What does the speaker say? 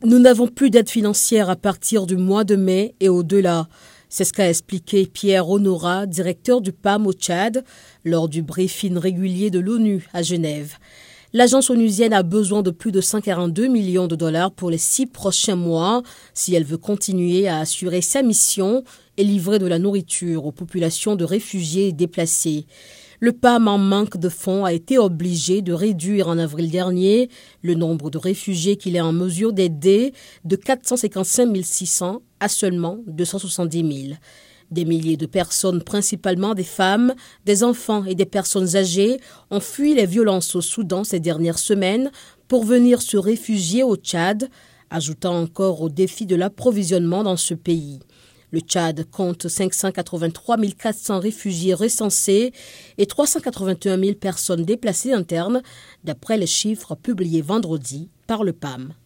Nous n'avons plus d'aide financière à partir du mois de mai et au-delà. C'est ce qu'a expliqué Pierre Honora, directeur du PAM au Tchad, lors du briefing régulier de l'ONU à Genève. L'agence onusienne a besoin de plus de 142 millions de dollars pour les 6 prochains mois si elle veut continuer à assurer sa mission et livrer de la nourriture aux populations de réfugiés et déplacés. Le PAM, en manque de fonds, a été obligé de réduire en avril dernier le nombre de réfugiés qu'il est en mesure d'aider de 455 600 à seulement 270 000. Des milliers de personnes, principalement des femmes, des enfants et des personnes âgées, ont fui les violences au Soudan ces dernières semaines pour venir se réfugier au Tchad, ajoutant encore au défi de l'approvisionnement dans ce pays. Le Tchad compte 583 400 réfugiés recensés et 381 000 personnes déplacées internes, d'après les chiffres publiés vendredi par le PAM.